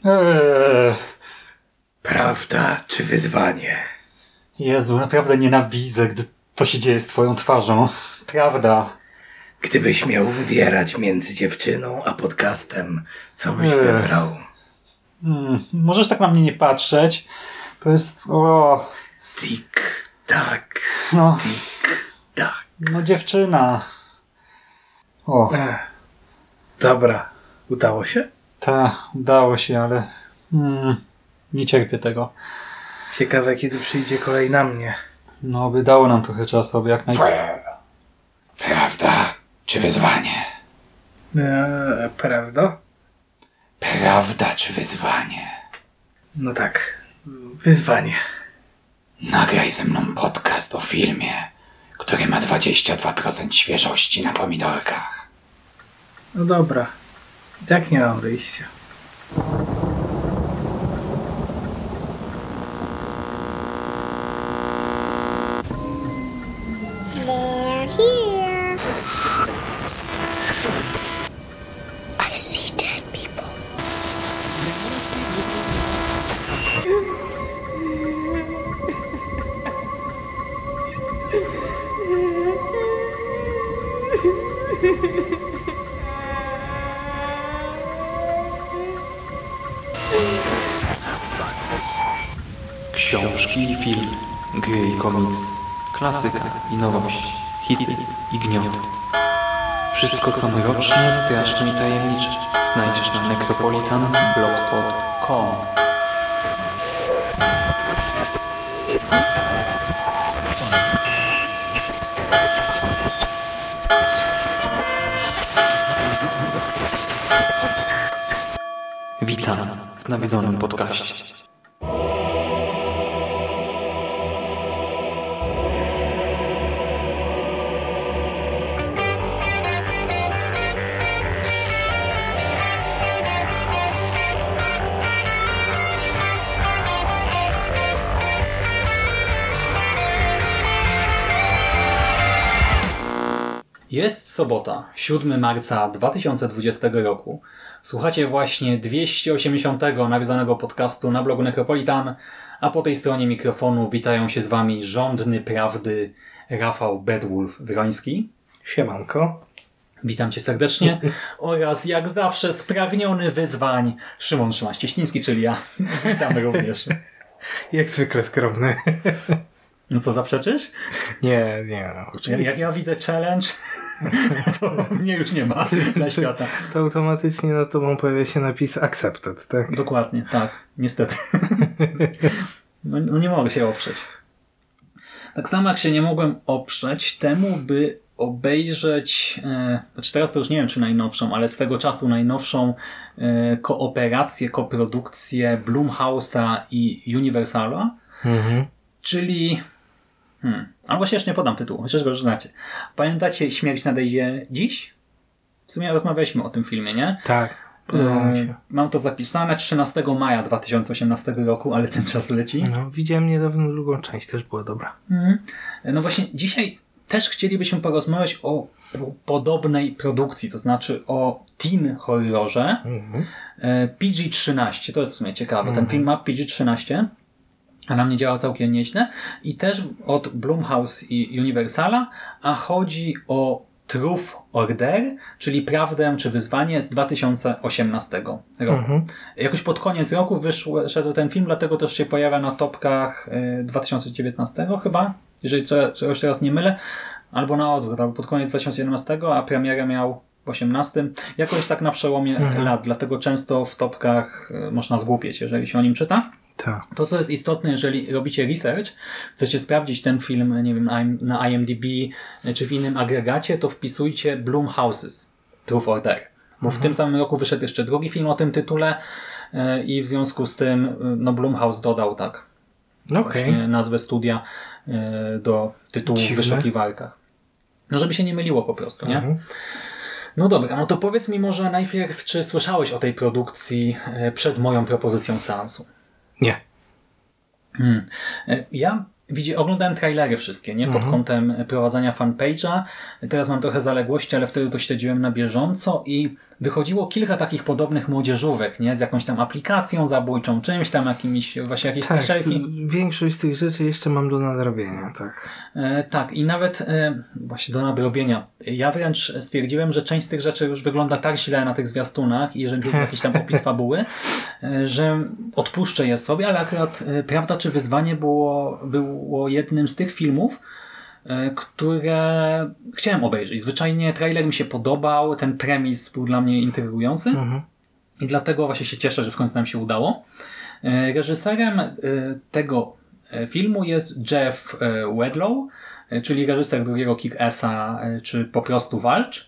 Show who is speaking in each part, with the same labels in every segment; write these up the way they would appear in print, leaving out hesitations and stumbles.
Speaker 1: Prawda czy wyzwanie?
Speaker 2: Jezu, naprawdę nienawidzę, gdy to się dzieje z twoją twarzą. Prawda.
Speaker 1: Gdybyś miał wybierać między dziewczyną a podcastem, co byś wybrał?
Speaker 2: Możesz tak na mnie nie patrzeć. To jest...
Speaker 1: Tik-tak.
Speaker 2: No.
Speaker 1: Tik-tak.
Speaker 2: No dziewczyna.
Speaker 1: Dobra. Udało się?
Speaker 2: Tak, udało się, ale... nie cierpię tego.
Speaker 1: Ciekawe, kiedy przyjdzie kolej na mnie.
Speaker 2: No, by dało nam trochę czasu, aby jak
Speaker 1: Prawda czy wyzwanie? Prawda?
Speaker 3: Prawda czy wyzwanie?
Speaker 1: No tak. Wyzwanie.
Speaker 3: Nagraj ze mną podcast o filmie, który ma 22% świeżości na pomidorkach.
Speaker 1: No dobra. I tak nie mam wyjścia.
Speaker 4: They're here. I see dead people.
Speaker 5: Książki i film, gry i komiks, klasyka i nowość, hity i gnioty. Wszystko co mroczne, straszne i tajemnicze znajdziesz na necropolitanblogspot.com. Witam w nawiedzonym podcaście.
Speaker 2: Jest sobota, 7 marca 2020 roku. Słuchacie właśnie 280. nawiązanego podcastu na blogu Necropolitan, a po tej stronie mikrofonu witają się z wami żądny prawdy Rafał Bedwulf-Wroński.
Speaker 1: Siemanko.
Speaker 2: Witam cię serdecznie. Oraz jak zawsze spragniony wyzwań Szymon Szymaś-Cieśliński, czyli ja. Witam również.
Speaker 1: Jak zwykle skromny.
Speaker 2: No co, zaprzeczysz?
Speaker 1: Nie, oczywiście.
Speaker 2: Jak ja widzę challenge, to mnie już nie ma dla świata.
Speaker 1: To automatycznie na tobą pojawia się napis accepted, tak?
Speaker 2: Dokładnie, tak. Niestety. No nie mogę się oprzeć. Tak samo jak się nie mogłem oprzeć temu, by obejrzeć, znaczy teraz to już nie wiem czy najnowszą, ale swego czasu najnowszą kooperację, koprodukcję Blumhouse'a i Universala, czyli ale właśnie jeszcze nie podam tytułu, chociaż go już znacie. Pamiętacie Śmierć nadejdzie dziś? W sumie rozmawialiśmy o tym filmie, nie?
Speaker 1: Tak. Podoba mi się.
Speaker 2: Mam to zapisane 13 maja 2018 roku, ale ten czas leci.
Speaker 1: No, widziałem niedawno drugą część, też była dobra.
Speaker 2: No właśnie dzisiaj też chcielibyśmy porozmawiać o podobnej produkcji, to znaczy o teen horrorze PG-13. To jest w sumie ciekawe. Ten film ma PG-13, a na mnie działa całkiem nieźle. I też od Blumhouse i Universala, a chodzi o Truth or Dare, czyli Prawdę czy Wyzwanie z 2018 roku. Jakoś pod koniec roku wyszedł ten film, dlatego też się pojawia na topkach 2019 chyba, jeżeli czegoś teraz nie mylę, albo na odwrót, albo pod koniec 2011, a premierę miał w 2018. Jakoś tak na przełomie lat, dlatego często w topkach można zgłupieć, jeżeli się o nim czyta.
Speaker 1: Tak.
Speaker 2: To, co jest istotne, jeżeli robicie research, chcecie sprawdzić ten film, nie wiem, na IMDb czy w innym agregacie, to wpisujcie Blumhouse's Truth or Dare. Bo w tym samym roku wyszedł jeszcze drugi film o tym tytule i w związku z tym Blumhouse dodał właśnie nazwę studia do tytułu w wyszukiwarkach. No, żeby się nie myliło po prostu, nie? No dobra, no to powiedz mi może najpierw, czy słyszałeś o tej produkcji przed moją propozycją seansu?
Speaker 1: Nie.
Speaker 2: Ja oglądałem trailery wszystkie, nie? Pod kątem prowadzenia fanpage'a. Teraz mam trochę zaległości, ale wtedy to śledziłem na bieżąco i wychodziło kilka takich podobnych młodzieżówek, nie? Z jakąś tam aplikacją zabójczą, czymś tam, właśnie jakieś
Speaker 6: Tak,
Speaker 2: strzelki.
Speaker 6: większość z tych rzeczy jeszcze mam do nadrobienia, tak.
Speaker 2: Tak, i nawet właśnie do nadrobienia. Ja wręcz stwierdziłem, że część z tych rzeczy już wygląda tak źle na tych zwiastunach i jeżeli chodzi o jakiś tam opis fabuły, że odpuszczę je sobie, ale akurat Prawda czy Wyzwanie było jednym z tych filmów, które chciałem obejrzeć. Zwyczajnie trailer mi się podobał, ten premis był dla mnie intrygujący i dlatego właśnie się cieszę, że w końcu nam się udało. Reżyserem tego filmu jest Jeff Wedlow, czyli reżyser drugiego Kick-Assa, czy po prostu Walcz.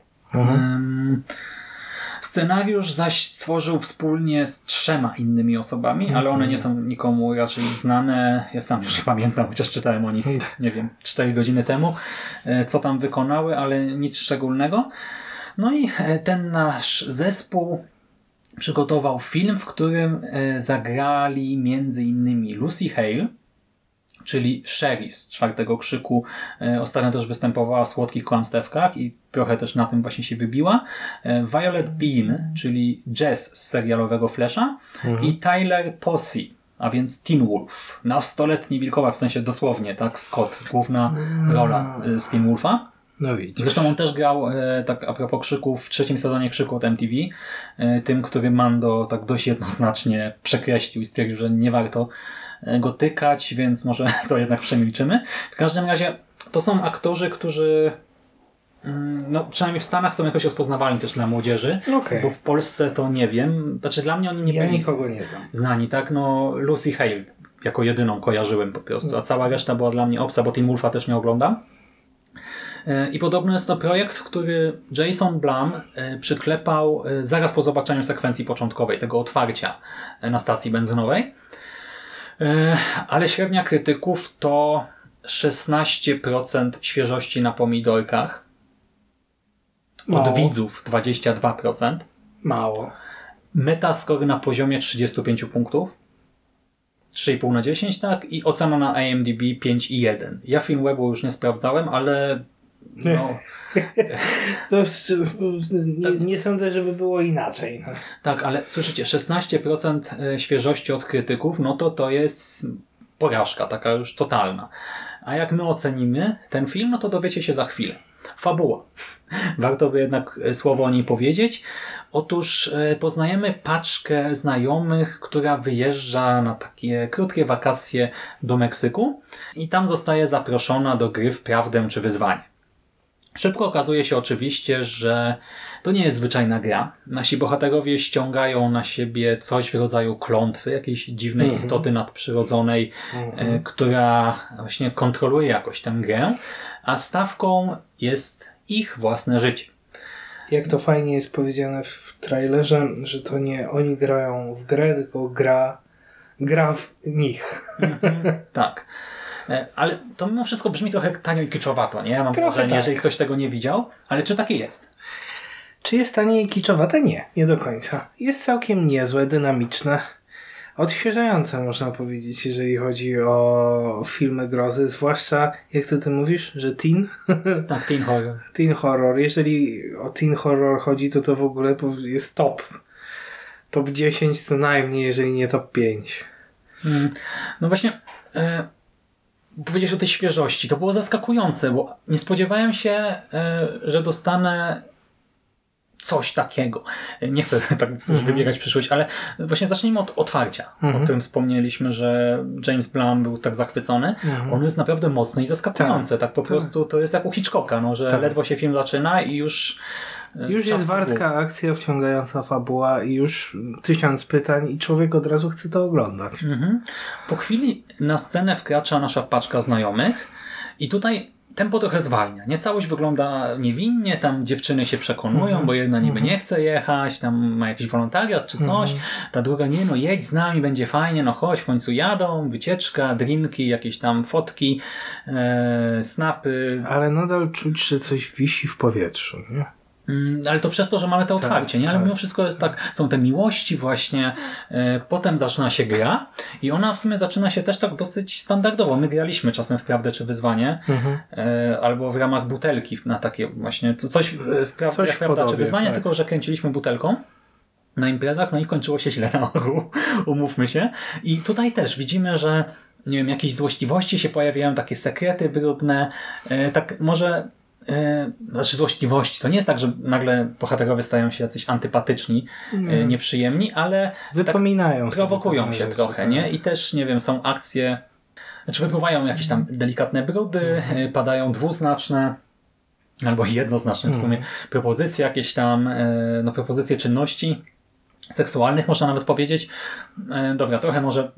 Speaker 2: Scenariusz zaś stworzył wspólnie z 3 innymi osobami, ale one nie są nikomu raczej znane. Ja sam już nie pamiętam, chociaż czytałem o nich, nie wiem, 4 godziny temu, co tam wykonały, ale nic szczególnego. No i ten nasz zespół przygotował film, w którym zagrali między innymi Lucy Hale, czyli Sherry z 4. Krzyku. Ostatnio też występowała w Słodkich Kłamstewkach i trochę też na tym właśnie się wybiła. Violet Bean, czyli Jess z serialowego Flasha i Tyler Posey, a więc Teen Wolf. Nastoletni wilkołak, w sensie dosłownie, tak? Scott, główna rola z Teen Wolfa.
Speaker 6: No widzisz.
Speaker 2: Zresztą on też grał, tak a propos Krzyku, w 3. sezonie Krzyku od MTV, tym, który Mando tak dość jednoznacznie przekreślił i stwierdził, że nie warto go tykać, więc może to jednak przemilczymy. W każdym razie to są aktorzy, którzy no, przynajmniej w Stanach są jakoś rozpoznawalni też dla młodzieży, bo w Polsce to nie wiem. Znaczy dla mnie oni nie byli
Speaker 6: nikogo nie znam.
Speaker 2: znani, tak? No Lucy Hale jako jedyną kojarzyłem po prostu, a cała reszta była dla mnie obca, bo Teen Wolfa też nie oglądam. I podobno jest to projekt, który Jason Blum przyklepał zaraz po zobaczeniu sekwencji początkowej, tego otwarcia na stacji benzynowej. Ale średnia krytyków to 16% świeżości na pomidorkach. Od widzów 22%.
Speaker 6: Mało.
Speaker 2: Metascore na poziomie 35 punktów. 3,5 na 10, tak? I ocena na IMDb 5,1. Ja Filmwebu już nie sprawdzałem, ale no...
Speaker 6: nie sądzę, żeby było inaczej. No.
Speaker 2: Tak, ale słyszycie, 16% świeżości od krytyków, no to jest porażka, taka już totalna. A jak my ocenimy ten film, no to dowiecie się za chwilę. Fabuła. Warto by jednak słowo o niej powiedzieć. Otóż poznajemy paczkę znajomych, która wyjeżdża na takie krótkie wakacje do Meksyku i tam zostaje zaproszona do gry w Prawdę czy Wyzwanie. Szybko okazuje się oczywiście, że to nie jest zwyczajna gra. Nasi bohaterowie ściągają na siebie coś w rodzaju klątwy, jakiejś dziwnej istoty nadprzyrodzonej, która właśnie kontroluje jakoś tę grę, a stawką jest ich własne życie.
Speaker 6: Jak to fajnie jest powiedziane w trailerze, że to nie oni grają w grę, tylko gra w nich.
Speaker 2: Tak. Ale to mimo wszystko brzmi trochę tanio i kiczowato, nie? Ja mam
Speaker 6: Trochę
Speaker 2: wrażenie,
Speaker 6: tak.
Speaker 2: jeżeli ktoś tego nie widział, ale czy takie jest?
Speaker 6: Czy jest tanie i kiczowate? Nie do końca. Jest całkiem niezłe, dynamiczne, odświeżające można powiedzieć, jeżeli chodzi o filmy grozy, zwłaszcza, jak to ty mówisz, że teen?
Speaker 2: Tak, teen horror.
Speaker 6: Teen horror. Jeżeli o teen horror chodzi, to w ogóle jest top 10 co najmniej, jeżeli nie top 5.
Speaker 2: No właśnie... Powiedzieć o tej świeżości. To było zaskakujące, bo nie spodziewałem się, że dostanę coś takiego. Nie chcę tak wybierać przyszłość, ale właśnie zacznijmy od otwarcia, o którym wspomnieliśmy, że James Blum był tak zachwycony. On jest naprawdę mocny i zaskakujący. Tak po prostu to jest jak u Hitchcocka, no, że ledwo się film zaczyna i już
Speaker 6: jest wartka akcja, wciągająca fabuła i już 1000 pytań i człowiek od razu chce to oglądać.
Speaker 2: Po chwili na scenę wkracza nasza paczka znajomych i tutaj tempo trochę zwalnia. Nie, całość wygląda niewinnie, tam dziewczyny się przekonują, bo jedna niby nie chce jechać, tam ma jakiś wolontariat czy coś, ta druga nie, no jedź z nami, będzie fajnie, no chodź, w końcu jadą, wycieczka, drinki, jakieś tam fotki, snapy.
Speaker 6: Ale nadal czuć, że coś wisi w powietrzu, nie?
Speaker 2: Ale to przez to, że mamy to otwarcie, nie? Ale mimo wszystko jest tak, są te miłości właśnie, potem zaczyna się gra i ona w sumie zaczyna się też tak dosyć standardowo. My graliśmy czasem w Prawdę czy Wyzwanie, albo w ramach butelki na takie właśnie, coś w Prawda czy
Speaker 6: podobie,
Speaker 2: Wyzwanie,
Speaker 6: tak.
Speaker 2: tylko że kręciliśmy butelką na imprezach, no i kończyło się źle na ogół, umówmy się. I tutaj też widzimy, że nie wiem, jakieś złośliwości się pojawiają, takie sekrety brudne, tak może znaczy złośliwości. To nie jest tak, że nagle bohaterowie stają się jacyś antypatyczni, nieprzyjemni, ale
Speaker 6: Wypominają
Speaker 2: tak
Speaker 6: sobie
Speaker 2: prowokują
Speaker 6: pewne
Speaker 2: się
Speaker 6: rzeczy,
Speaker 2: trochę,
Speaker 6: tak.
Speaker 2: nie? I też, nie wiem, są akcje, znaczy wypływają jakieś tam delikatne brudy, padają dwuznaczne albo jednoznaczne w sumie propozycje jakieś tam, no propozycje czynności seksualnych, można nawet powiedzieć. Dobra, trochę może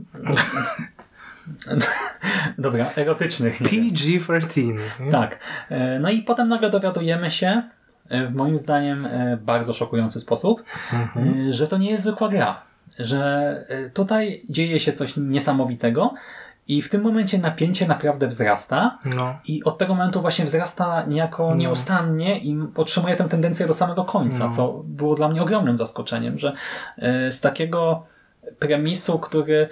Speaker 2: dobra, erotycznych. Nie wiem.
Speaker 6: PG-13. Nie?
Speaker 2: Tak. No i potem nagle dowiadujemy się, w moim zdaniem bardzo szokujący sposób, że to nie jest zwykła gra. Że tutaj dzieje się coś niesamowitego i w tym momencie napięcie naprawdę wzrasta
Speaker 6: No.
Speaker 2: i od tego momentu właśnie wzrasta niejako nieustannie i podtrzymuje tę tendencję do samego końca, co było dla mnie ogromnym zaskoczeniem, że z takiego premisu, który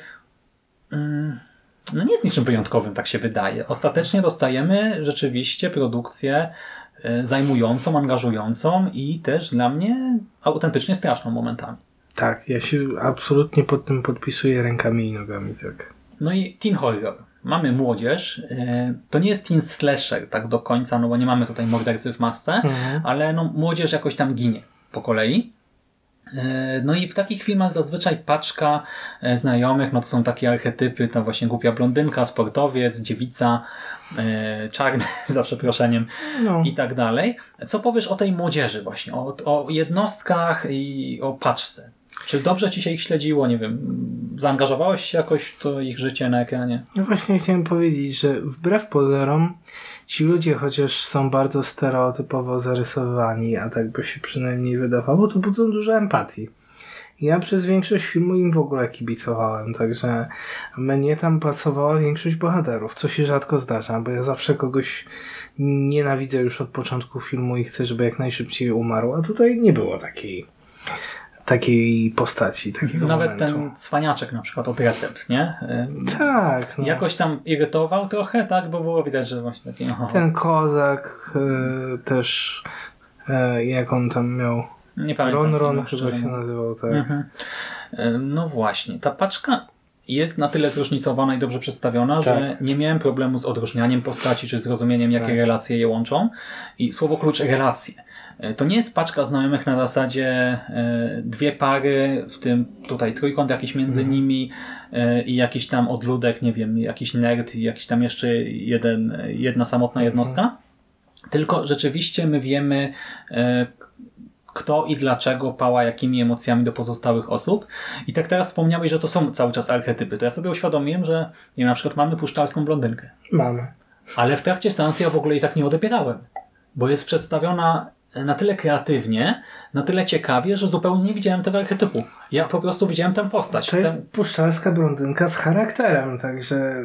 Speaker 2: no nie jest niczym wyjątkowym, tak się wydaje. Ostatecznie dostajemy rzeczywiście produkcję zajmującą, angażującą i też dla mnie autentycznie straszną momentami.
Speaker 6: Tak, ja się absolutnie pod tym podpisuję rękami i nogami, tak.
Speaker 2: No i teen horror. Mamy młodzież. To nie jest teen slasher tak do końca, no bo nie mamy tutaj mordercy w masce, ale no młodzież jakoś tam ginie po kolei. No i w takich filmach zazwyczaj paczka znajomych, no to są takie archetypy, ta właśnie głupia blondynka, sportowiec, dziewica, czarny, za przeproszeniem i tak dalej. Co powiesz o tej młodzieży właśnie, o jednostkach i o paczce? Czy dobrze ci się ich śledziło? Nie wiem, zaangażowałeś się jakoś w to ich życie na ekranie?
Speaker 6: No właśnie chciałem powiedzieć, że wbrew pozorom ci ludzie, chociaż są bardzo stereotypowo zarysowani, a tak by się przynajmniej wydawało, to budzą dużo empatii. Ja przez większość filmu im w ogóle kibicowałem, także mnie tam pasowała większość bohaterów, co się rzadko zdarza, bo ja zawsze kogoś nienawidzę już od początku filmu i chcę, żeby jak najszybciej umarł, a tutaj nie było takiej postaci, takiego
Speaker 2: Nawet
Speaker 6: momentu.
Speaker 2: ten cwaniaczek na przykład od recept, nie?
Speaker 6: Tak. No.
Speaker 2: Jakoś tam irytował trochę, tak? Bo było widać, że właśnie taki...
Speaker 6: Ten kozak też, jak on tam miał...
Speaker 2: Nie pamiętam.
Speaker 6: Ron chyba się nazywał, tak.
Speaker 2: No właśnie. Ta paczka jest na tyle zróżnicowana i dobrze przedstawiona, że nie miałem problemu z odróżnianiem postaci, czy zrozumieniem, jakie relacje je łączą. I słowo klucz relacje. To nie jest paczka znajomych na zasadzie dwie pary, w tym tutaj trójkąt jakiś między nimi i jakiś tam odludek, nie wiem, jakiś nerd i jakiś tam jeszcze jedna samotna jednostka. Tylko rzeczywiście my wiemy kto i dlaczego pała jakimi emocjami do pozostałych osób. I tak teraz wspomniałeś, że to są cały czas archetypy. To ja sobie uświadomiłem, że nie wiem, na przykład mamy puszczarską blondynkę.
Speaker 6: Mamy.
Speaker 2: Ale w trakcie seansu ja w ogóle i tak nie odebierałem. Bo jest przedstawiona na tyle kreatywnie, na tyle ciekawie, że zupełnie nie widziałem tego archetypu. Ja po prostu widziałem tę postać.
Speaker 6: To jest puszczalska blondynka z charakterem, także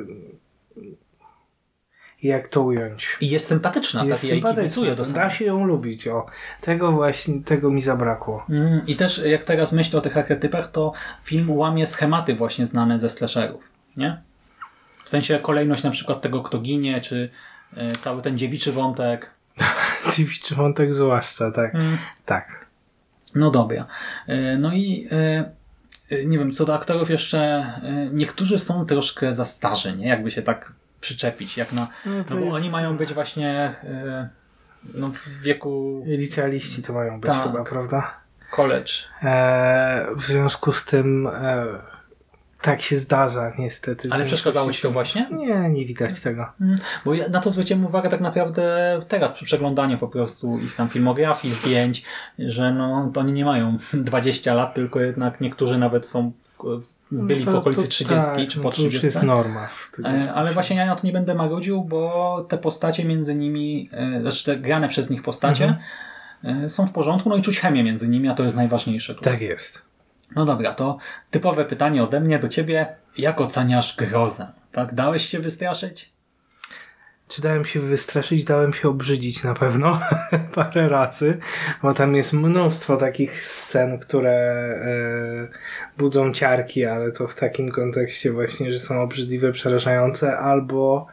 Speaker 6: jak to ująć?
Speaker 2: I jest sympatyczna,
Speaker 6: Jest
Speaker 2: tak ja jej kibicuję
Speaker 6: sympatyczna,
Speaker 2: dosyć.
Speaker 6: da się ją lubić. O, tego mi zabrakło.
Speaker 2: I też jak teraz myślę o tych archetypach, to film łamie schematy właśnie znane ze slasherów, nie? W sensie kolejność na przykład tego, kto ginie, czy cały ten dziewiczy wątek.
Speaker 6: Dziewiczy wątek zwłaszcza, tak. Tak.
Speaker 2: No dobra. No i nie wiem, co do aktorów jeszcze, niektórzy są troszkę za starzy, nie? Jakby się tak przyczepić, jak na... No bo oni mają być właśnie no, w wieku...
Speaker 6: Licealiści to mają być
Speaker 2: Tak.
Speaker 6: chyba, prawda?
Speaker 2: College.
Speaker 6: W związku z tym tak się zdarza niestety.
Speaker 2: Ale przeszkadzało ci to właśnie?
Speaker 6: Nie widać tego.
Speaker 2: Bo ja na to zwróciłem uwagę tak naprawdę teraz przy przeglądaniu po prostu ich tam filmografii, zdjęć, że no to oni nie mają 20 lat, tylko jednak niektórzy nawet są byli w okolicy 30 czy po 30.
Speaker 6: To już jest norma.
Speaker 2: Ale właśnie ja na to nie będę marudził, bo te postacie między nimi, znaczy te grane przez nich postacie są w porządku, no i czuć chemię między nimi, a to jest najważniejsze.
Speaker 6: Tak jest.
Speaker 2: No dobra, to typowe pytanie ode mnie do ciebie. Jak oceniasz grozę? Tak? Dałeś się wystraszyć?
Speaker 6: Czy dałem się wystraszyć? Dałem się obrzydzić na pewno parę razy, bo tam jest mnóstwo takich scen, które budzą ciarki, ale to w takim kontekście właśnie, że są obrzydliwe, przerażające, albo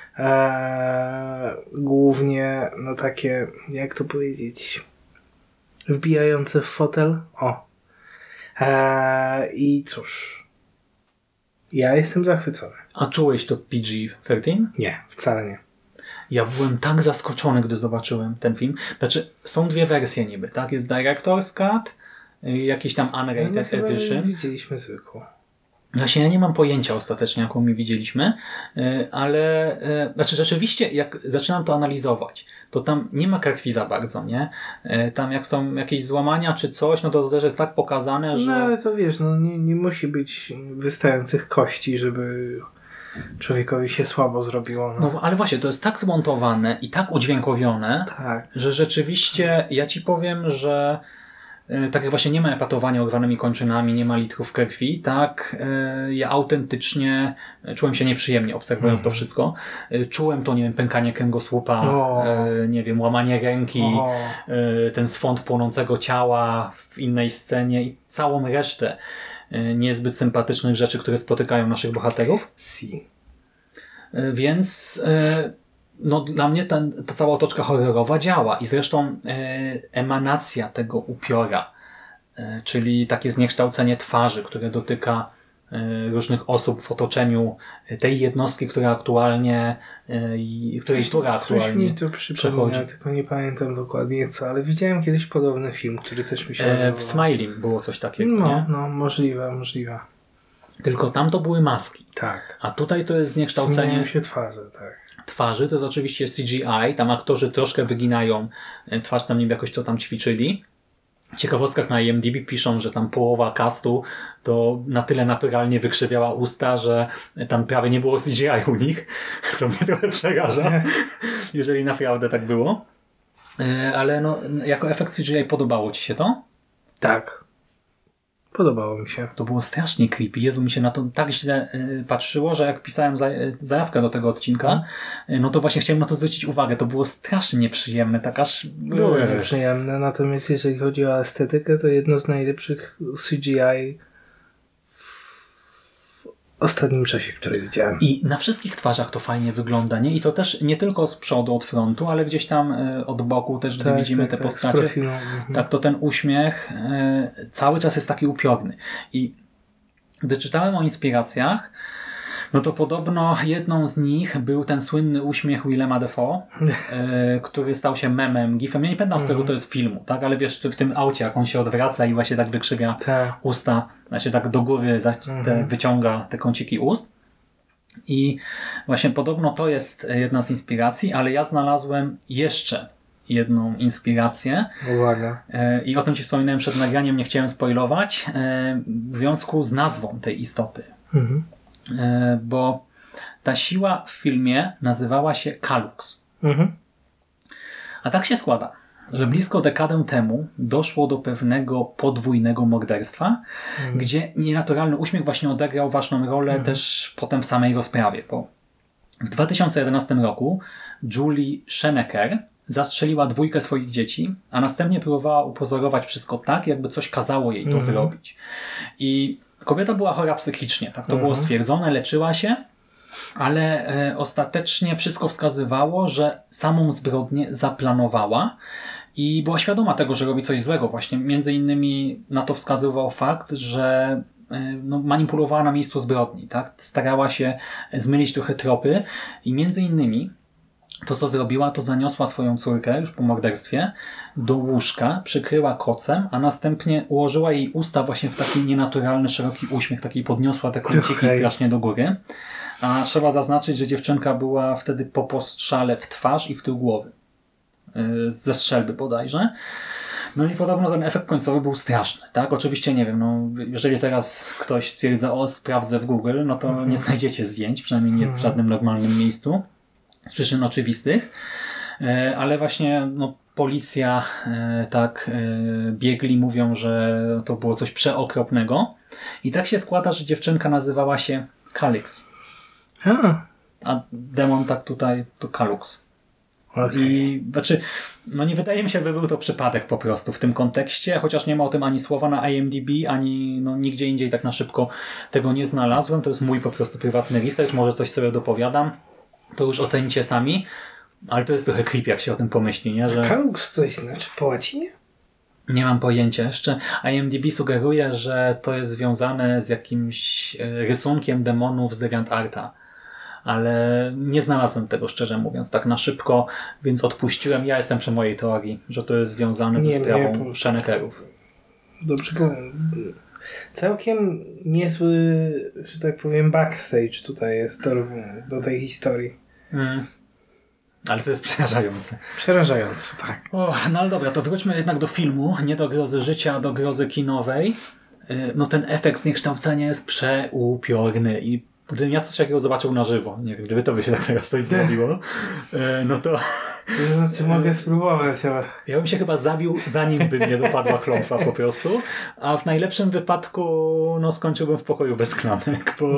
Speaker 6: głównie no takie, jak to powiedzieć, wbijające w fotel. I cóż, ja jestem zachwycony.
Speaker 2: A czułeś to PG-13?
Speaker 6: Nie, wcale nie.
Speaker 2: Ja byłem tak zaskoczony, gdy zobaczyłem ten film. Znaczy, są dwie wersje niby, tak? Jest Director's Cut, jakiś tam Unrated
Speaker 6: chyba
Speaker 2: Edition.
Speaker 6: widzieliśmy zwykłą.
Speaker 2: Właśnie ja nie mam pojęcia ostatecznie, jaką my widzieliśmy, ale znaczy rzeczywiście, jak zaczynam to analizować, to tam nie ma krwi za bardzo, nie? Tam jak są jakieś złamania czy coś, no to też jest tak pokazane, że...
Speaker 6: No ale to wiesz, no nie musi być wystających kości, żeby człowiekowi się słabo zrobiło.
Speaker 2: No ale właśnie, to jest tak zmontowane i tak udźwiękowione,
Speaker 6: Tak.
Speaker 2: że rzeczywiście ja ci powiem, że tak jak właśnie nie ma epatowania urwanymi kończynami, nie ma litrów krwi, tak ja autentycznie czułem się nieprzyjemnie obserwując to wszystko. Czułem to, nie wiem, pękanie kręgosłupa, nie wiem, łamanie ręki, ten swąd płonącego ciała w innej scenie i całą resztę niezbyt sympatycznych rzeczy, które spotykają naszych bohaterów. Więc no, dla mnie ta cała otoczka horrorowa działa i zresztą emanacja tego upiora, czyli takie zniekształcenie twarzy, które dotyka różnych osób w otoczeniu tej jednostki, która aktualnie
Speaker 6: Coś mi to przypomina, tylko nie pamiętam dokładnie co, ale widziałem kiedyś podobny film, który też mi się
Speaker 2: w Smiling było coś takiego, nie?
Speaker 6: No, możliwe.
Speaker 2: Tylko tam to były maski.
Speaker 6: Tak.
Speaker 2: A tutaj to jest zniekształcenie...
Speaker 6: Zmieniają się twarze, tak.
Speaker 2: Twarzy, to jest oczywiście CGI, tam aktorzy troszkę wyginają twarz, tam niby jakoś to tam ćwiczyli. W ciekawostkach na IMDb piszą, że tam połowa castu to na tyle naturalnie wykrzywiała usta, że tam prawie nie było CGI u nich, co mnie trochę przeraża, jeżeli naprawdę tak było. Ale no, jako efekt CGI podobało ci się to?
Speaker 6: Tak. Podobało mi się.
Speaker 2: To było strasznie creepy. Jezu, mi się na to tak źle patrzyło, że jak pisałem zajawkę do tego odcinka, no to właśnie chciałem na to zwrócić uwagę. To było strasznie nieprzyjemne, tak aż...
Speaker 6: Było nieprzyjemne, natomiast jeżeli chodzi o estetykę, to jedno z najlepszych CGI w ostatnim czasie, które widziałem.
Speaker 2: I na wszystkich twarzach to fajnie wygląda, nie? I to też nie tylko z przodu, od frontu, ale gdzieś tam od boku też, gdy widzimy te postacie. Tak, to ten uśmiech cały czas jest taki upiorny. I gdy czytałem o inspiracjach, no to podobno jedną z nich był ten słynny uśmiech Willema Dafoe, który stał się memem, gifem. Ja nie pamiętam z którego to jest filmu, tak? Ale wiesz, w tym aucie, jak on się odwraca i właśnie tak wykrzywia usta, właśnie tak do góry wyciąga te kąciki ust. I właśnie podobno to jest jedna z inspiracji, ale ja znalazłem jeszcze jedną inspirację.
Speaker 6: Uwaga.
Speaker 2: I o tym ci wspominałem przed nagraniem, nie chciałem spoilować, w związku z nazwą tej istoty. Bo ta siła w filmie nazywała się Kallux. A tak się składa, że blisko dekadę temu doszło do pewnego podwójnego morderstwa, gdzie nienaturalny uśmiech właśnie odegrał ważną rolę też potem w samej rozprawie. Bo w 2011 roku Julie Schenecker zastrzeliła 2 swoich dzieci, a następnie próbowała upozorować wszystko tak, jakby coś kazało jej to zrobić. I kobieta była chora psychicznie, tak to było stwierdzone, leczyła się, ale ostatecznie wszystko wskazywało, że samą zbrodnię zaplanowała i była świadoma tego, że robi coś złego. Właśnie między innymi na to wskazywał fakt, że manipulowała na miejscu zbrodni, tak? Starała się zmylić trochę tropy i między innymi to, co zrobiła, to zaniosła swoją córkę już po morderstwie do łóżka, przykryła kocem, a następnie ułożyła jej usta właśnie w taki nienaturalny, szeroki uśmiech, taki podniosła te kąciki strasznie do góry. A trzeba zaznaczyć, że dziewczynka była wtedy po postrzale w twarz i w tył głowy. Ze strzelby bodajże. No i podobno ten efekt końcowy był straszny, tak? Oczywiście nie wiem, no jeżeli teraz ktoś stwierdza, sprawdzę w Google, no to nie znajdziecie zdjęć, przynajmniej nie w żadnym normalnym miejscu. Z przyczyn oczywistych, ale właśnie policja, biegli mówią, że to było coś przeokropnego i tak się składa, że dziewczynka nazywała się Kallix. a demon tak tutaj to Kalux.
Speaker 6: Okay.
Speaker 2: I znaczy, no nie wydaje mi się, by był to przypadek po prostu w tym kontekście, chociaż nie ma o tym ani słowa na IMDb, ani no, nigdzie indziej tak na szybko tego nie znalazłem. To jest mój po prostu prywatny research, może coś sobie dopowiadam. To już ocenicie sami, ale to jest trochę creepy, jak się o tym pomyśli, nie? Że...
Speaker 6: Kalux coś znaczy po łacinie?
Speaker 2: Nie mam pojęcia jeszcze. IMDb sugeruje, że to jest związane z jakimś rysunkiem demonów z DeviantArta. Ale nie znalazłem tego, szczerze mówiąc, tak na szybko, więc odpuściłem. Ja jestem przy mojej teorii, że to jest związane ze sprawą Szenekerów.
Speaker 6: Dobrze powiem. Całkiem niezły, że tak powiem, backstage tutaj jest do tej historii.
Speaker 2: Ale to jest przerażające.
Speaker 6: Przerażające, tak.
Speaker 2: No ale dobra, to wróćmy jednak do filmu, nie do grozy życia, a do grozy kinowej. No ten efekt zniekształcenia jest przeupiorny i gdybym ja coś takiego zobaczył na żywo, nie wiem, gdyby to by się tak teraz coś zrobiło, no to...
Speaker 6: To znaczy mogę spróbować, ale...
Speaker 2: Ja bym się chyba zabił, zanim by mnie dopadła klątwa po prostu, a w najlepszym wypadku no skończyłbym w pokoju bez klamek, bo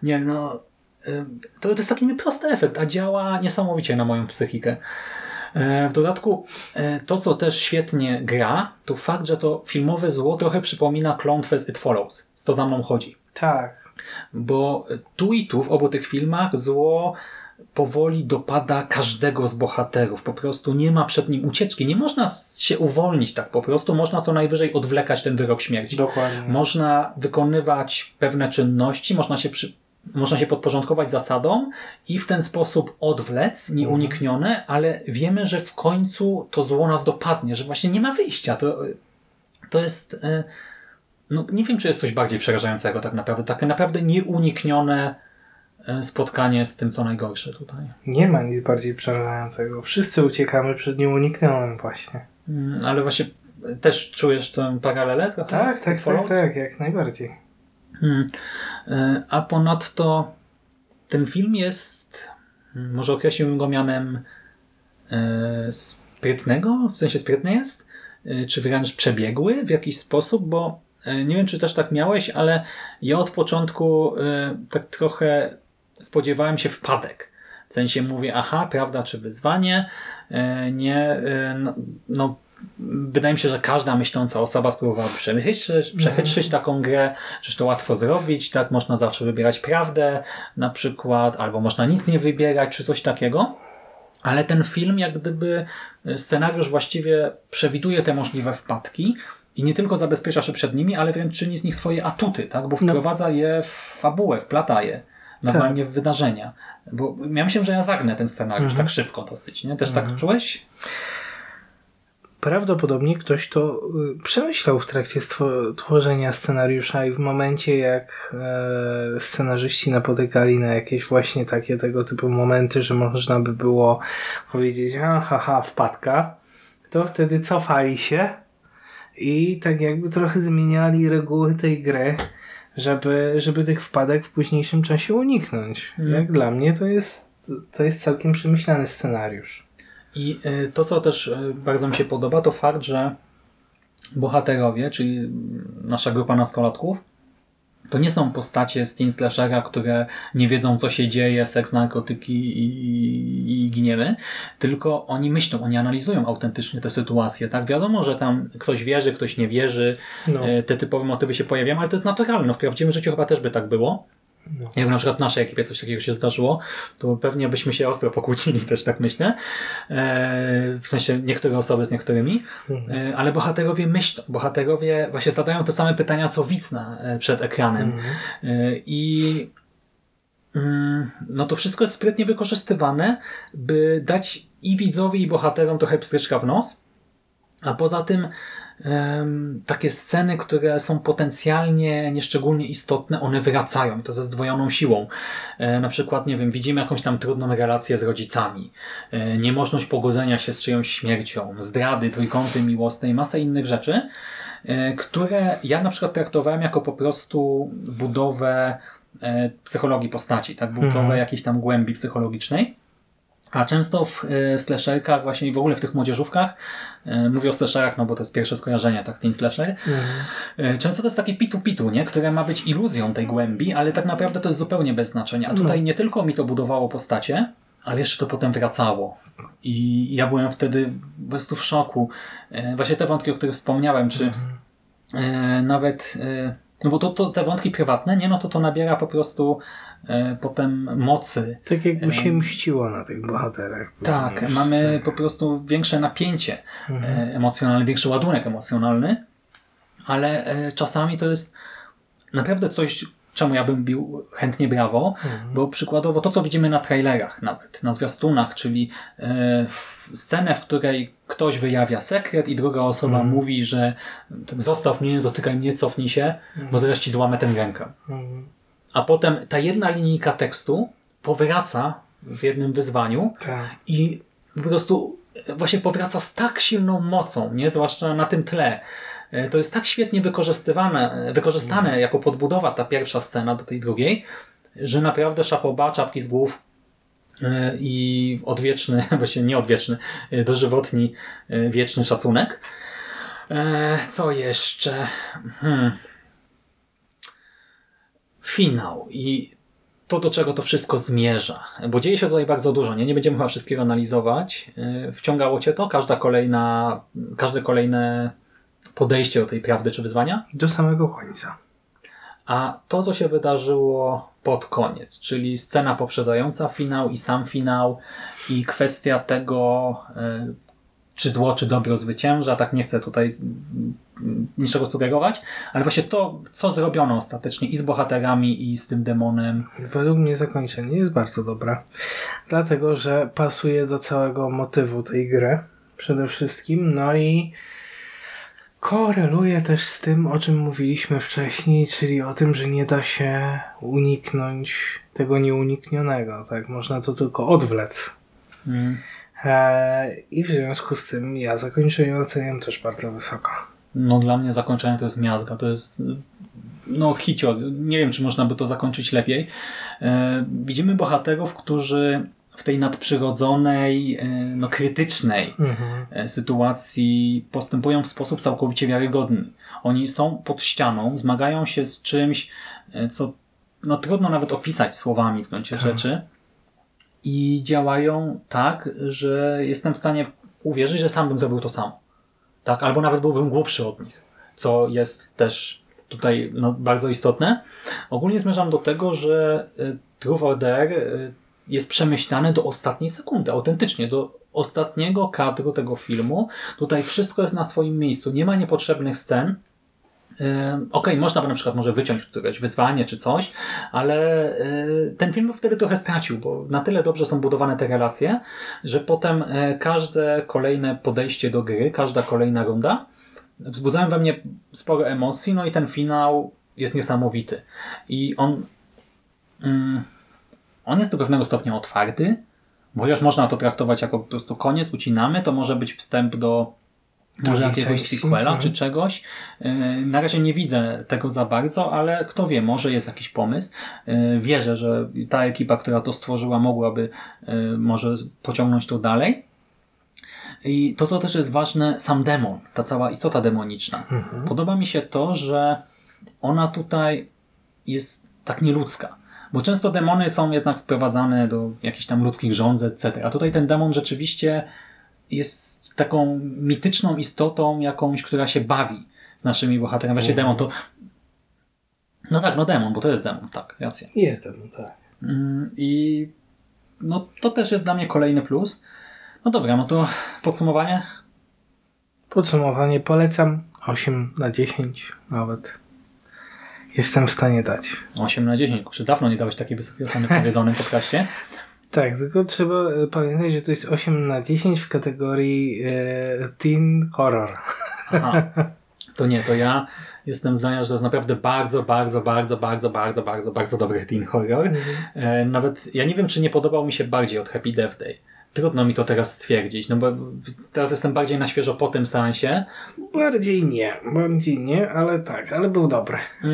Speaker 2: to jest taki prosty efekt, a działa niesamowicie na moją psychikę. W dodatku to, co też świetnie gra, to fakt, że to filmowe zło trochę przypomina klątwę z It Follows. To za mną chodzi.
Speaker 6: Tak.
Speaker 2: Bo tu i tu w obu tych filmach zło powoli dopada każdego z bohaterów. Po prostu nie ma przed nim ucieczki. Nie można się uwolnić tak po prostu. Można co najwyżej odwlekać ten wyrok śmierci.
Speaker 6: Dokładnie.
Speaker 2: Można wykonywać pewne czynności, można się podporządkować zasadom i w ten sposób odwlec, nieuniknione, ale wiemy, że w końcu to zło nas dopadnie, że właśnie nie ma wyjścia. To jest... No, nie wiem, czy jest coś bardziej przerażającego tak naprawdę. Takie naprawdę nieuniknione spotkanie z tym, co najgorsze tutaj.
Speaker 6: Nie ma nic bardziej przerażającego. Wszyscy uciekamy przed nieuniknionym właśnie.
Speaker 2: Ale właśnie też czujesz tę paralelę?
Speaker 6: Tak, jak najbardziej.
Speaker 2: A ponadto ten film jest, może określiłbym go mianem sprytnego, w sensie sprytny jest, czy wręcz przebiegły w jakiś sposób, bo nie wiem, czy też tak miałeś, ale ja od początku tak trochę spodziewałem się wpadek. W sensie mówię, aha, prawda czy wyzwanie? Nie, no wydaje mi się, że każda myśląca osoba spróbowałaby przechytrzyć taką grę, że to łatwo zrobić, tak można zawsze wybierać prawdę na przykład, albo można nic nie wybierać, czy coś takiego. Ale ten film, jak gdyby scenariusz właściwie przewiduje te możliwe wpadki i nie tylko zabezpiecza się przed nimi, ale wręcz czyni z nich swoje atuty, tak? Bo wprowadza je w fabułę, wplata je normalnie w wydarzenia. Bo ja myślałem, że ja zagnę ten scenariusz tak szybko dosyć, nie? Też tak czułeś?
Speaker 6: Prawdopodobnie ktoś to przemyślał w trakcie tworzenia scenariusza i w momencie jak scenarzyści napotykali na jakieś właśnie takie tego typu momenty, że można by było powiedzieć wpadka, to wtedy cofali się i tak jakby trochę zmieniali reguły tej gry, żeby tych wpadek w późniejszym czasie uniknąć. Jak dla mnie to jest całkiem przemyślany scenariusz.
Speaker 2: I to, co też bardzo mi się podoba, to fakt, że bohaterowie, czyli nasza grupa nastolatków, to nie są postacie z teen slashera, które nie wiedzą, co się dzieje, seks, narkotyki i gniemy, tylko oni myślą, oni analizują autentycznie te sytuacje. Tak, wiadomo, że tam ktoś wierzy, ktoś nie wierzy, te typowe motywy się pojawiają, ale to jest naturalne. No, w prawdziwym życiu chyba też by tak było. Jakby na przykład w naszej ekipie coś takiego się zdarzyło, to pewnie byśmy się ostro pokłócili, też tak myślę. W sensie niektóre osoby z niektórymi. Ale bohaterowie myślą. Bohaterowie właśnie zadają te same pytania, co widz przed ekranem. I no to wszystko jest sprytnie wykorzystywane, by dać i widzowi, i bohaterom trochę pstryczka w nos. A poza tym takie sceny, które są potencjalnie nieszczególnie istotne, one wracają i to ze zdwojoną siłą. Na przykład, nie wiem, widzimy jakąś tam trudną relację z rodzicami, niemożność pogodzenia się z czyjąś śmiercią, zdrady, trójkąty miłosne i masę innych rzeczy, które ja na przykład traktowałem jako po prostu budowę psychologii postaci, tak, budowę jakiejś tam głębi psychologicznej. A często w slasherkach właśnie i w ogóle w tych młodzieżówkach, mówię o slasherach, no bo to jest pierwsze skojarzenie, tak, teen slasher. Często to jest takie pitu-pitu, nie? Które ma być iluzją tej głębi, ale tak naprawdę to jest zupełnie bez znaczenia. A tutaj nie tylko mi to budowało postacie, ale jeszcze to potem wracało. I ja byłem wtedy po prostu w szoku. Właśnie te wątki, o których wspomniałem, czy nawet... No bo te wątki prywatne, nie? No to nabiera po prostu potem mocy.
Speaker 6: Tak jakby się mściło na tych bohaterach.
Speaker 2: Tak, mamy po prostu większe napięcie emocjonalne, większy ładunek emocjonalny, ale czasami to jest naprawdę coś, czemu ja bym bił chętnie brawo, bo przykładowo to, co widzimy na trailerach nawet, na zwiastunach, czyli scenę, w której ktoś wyjawia sekret i druga osoba mówi, że tak, zostaw mnie, nie dotykaj mnie, cofnij się, bo zaraz ci złamę tę rękę. A potem ta jedna linijka tekstu powraca w jednym wyzwaniu i po prostu właśnie powraca z tak silną mocą, nie? Zwłaszcza na tym tle. To jest tak świetnie wykorzystane jako podbudowa ta pierwsza scena do tej drugiej, że naprawdę szapoba, czapki z głów i odwieczny, właśnie nie odwieczny, dożywotni, wieczny szacunek. Co jeszcze? Finał i to, do czego to wszystko zmierza. Bo dzieje się tutaj bardzo dużo. Nie będziemy chyba wszystkiego analizować. Wciągało cię to? Każde kolejne podejście do tej prawdy czy wyzwania?
Speaker 6: Do samego końca.
Speaker 2: A to, co się wydarzyło pod koniec, czyli scena poprzedzająca finał i sam finał i kwestia tego, czy zło, czy dobro zwycięża. Tak nie chcę tutaj niczego sugerować, ale właśnie to, co zrobiono ostatecznie i z bohaterami, i z tym demonem.
Speaker 6: Według mnie zakończenie jest bardzo dobre. Dlatego, że pasuje do całego motywu tej gry. Przede wszystkim. No i koreluje też z tym, o czym mówiliśmy wcześniej, czyli o tym, że nie da się uniknąć tego nieuniknionego. Tak? Można to tylko odwlec. I w związku z tym ja zakończenie oceniam też bardzo wysoko.
Speaker 2: No dla mnie zakończenie to jest miazga. To jest hicior. Nie wiem, czy można by to zakończyć lepiej. Widzimy bohaterów, którzy w tej nadprzyrodzonej, krytycznej sytuacji postępują w sposób całkowicie wiarygodny. Oni są pod ścianą, zmagają się z czymś, co trudno nawet opisać słowami w gruncie rzeczy i działają tak, że jestem w stanie uwierzyć, że sam bym zrobił to samo. Tak? Albo nawet byłbym głupszy od nich, co jest też tutaj bardzo istotne. Ogólnie zmierzam do tego, że Truth or Dare jest przemyślany do ostatniej sekundy, autentycznie, do ostatniego kadru tego filmu. Tutaj wszystko jest na swoim miejscu, nie ma niepotrzebnych scen. Można by na przykład może wyciąć któreś wyzwanie czy coś, ale ten film wtedy trochę stracił, bo na tyle dobrze są budowane te relacje, że potem każde kolejne podejście do gry, każda kolejna runda wzbudzają we mnie sporo emocji, no i ten finał jest niesamowity. I on jest do pewnego stopnia otwarty, bo chociaż można to traktować jako po prostu koniec, ucinamy, to może być wstęp do może jakiegoś sequela czy czegoś. Na razie nie widzę tego za bardzo, ale kto wie, może jest jakiś pomysł. Wierzę, że ta ekipa, która to stworzyła, mogłaby może pociągnąć to dalej. I to, co też jest ważne, sam demon, ta cała istota demoniczna. Podoba mi się to, że ona tutaj jest tak nieludzka. Bo często demony są jednak sprowadzane do jakichś tam ludzkich rządzeń, etc. A tutaj ten demon rzeczywiście jest taką mityczną istotą jakąś, która się bawi z naszymi bohaterami. Właśnie demon to... demon, bo to jest demon, tak, racja.
Speaker 6: Jest demon, tak.
Speaker 2: I to też jest dla mnie kolejny plus. No dobra, to podsumowanie?
Speaker 6: Podsumowanie polecam 8/10 nawet. Jestem w stanie dać.
Speaker 2: 8/10. Kurczę, dawno nie dałeś takiej wysokiej oceny w powiedzonym podcaście.
Speaker 6: Tak, tylko trzeba pamiętać, że to jest 8/10 w kategorii teen horror.
Speaker 2: Aha. To nie, to ja jestem zdania, że to jest naprawdę bardzo, bardzo, bardzo, bardzo, bardzo, bardzo, bardzo dobry teen horror. Nawet ja nie wiem, czy nie podobał mi się bardziej od Happy Death Day. Trudno mi to teraz stwierdzić, bo teraz jestem bardziej na świeżo po tym seansie.
Speaker 6: Bardziej nie, ale tak, ale był dobry.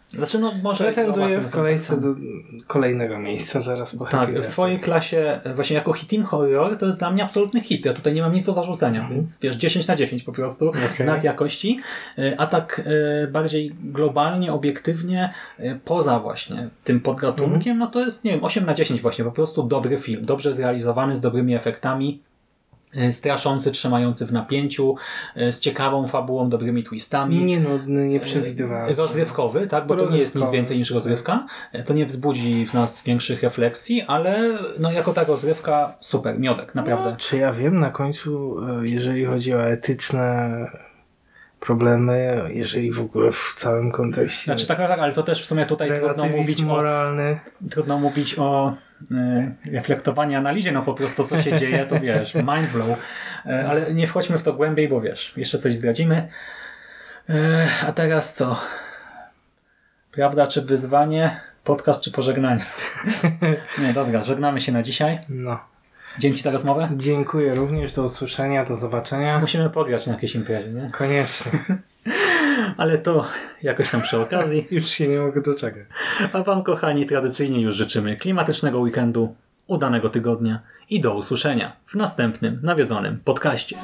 Speaker 2: Znaczy, no może...
Speaker 6: Pretenduje
Speaker 2: oba
Speaker 6: w
Speaker 2: są
Speaker 6: kolejce
Speaker 2: tak
Speaker 6: do kolejnego miejsca zaraz po
Speaker 2: Tak,
Speaker 6: Happy
Speaker 2: w
Speaker 6: Death.
Speaker 2: swojej klasie, właśnie jako hit in horror, to jest dla mnie absolutny hit. Ja tutaj nie mam nic do zarzucenia, więc wiesz, 10/10 po prostu, znak jakości. A tak bardziej globalnie, obiektywnie, poza właśnie tym podgatunkiem, no to jest, nie wiem, 8/10 właśnie, po prostu dobry film, dobrze zrealizowany, z dobrymi efektami, straszący, trzymający w napięciu, z ciekawą fabułą, dobrymi twistami.
Speaker 6: Nie nudny, nieprzewidywalny.
Speaker 2: Rozrywkowy, tak? Bo to nie jest nic więcej niż rozrywka. To nie wzbudzi w nas większych refleksji, ale no jako ta rozrywka super, miodek, naprawdę.
Speaker 6: No, czy ja wiem na końcu, jeżeli chodzi o etyczne problemy, jeżeli w ogóle w całym kontekście
Speaker 2: Znaczy tak, ale to też w sumie tutaj
Speaker 6: relatywizm moralny.
Speaker 2: trudno mówić o reflektowaniu, analizie, no po prostu co się dzieje, to wiesz, mind blow. Ale nie wchodźmy w to głębiej, bo wiesz, jeszcze coś zdradzimy. A teraz co? Prawda czy wyzwanie? Podcast czy pożegnanie? Nie, dobra, żegnamy się na dzisiaj.
Speaker 6: No.
Speaker 2: Dzięki za rozmowę.
Speaker 6: Dziękuję również, do usłyszenia, do zobaczenia.
Speaker 2: Musimy pograć na jakiejś imprezie, nie?
Speaker 6: Koniecznie.
Speaker 2: Ale to jakoś tam przy okazji.
Speaker 6: Już się nie mogę doczekać.
Speaker 2: A wam, kochani, tradycyjnie już życzymy klimatycznego weekendu, udanego tygodnia i do usłyszenia w następnym nawiedzonym podcaście.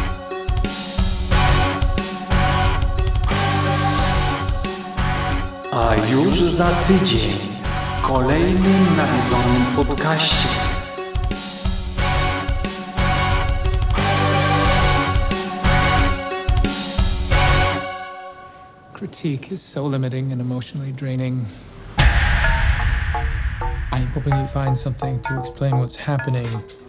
Speaker 5: A już za tydzień w kolejnym nawiedzonym podcaście.
Speaker 7: Critique is so limiting and emotionally draining. I'm hoping you find something to explain what's happening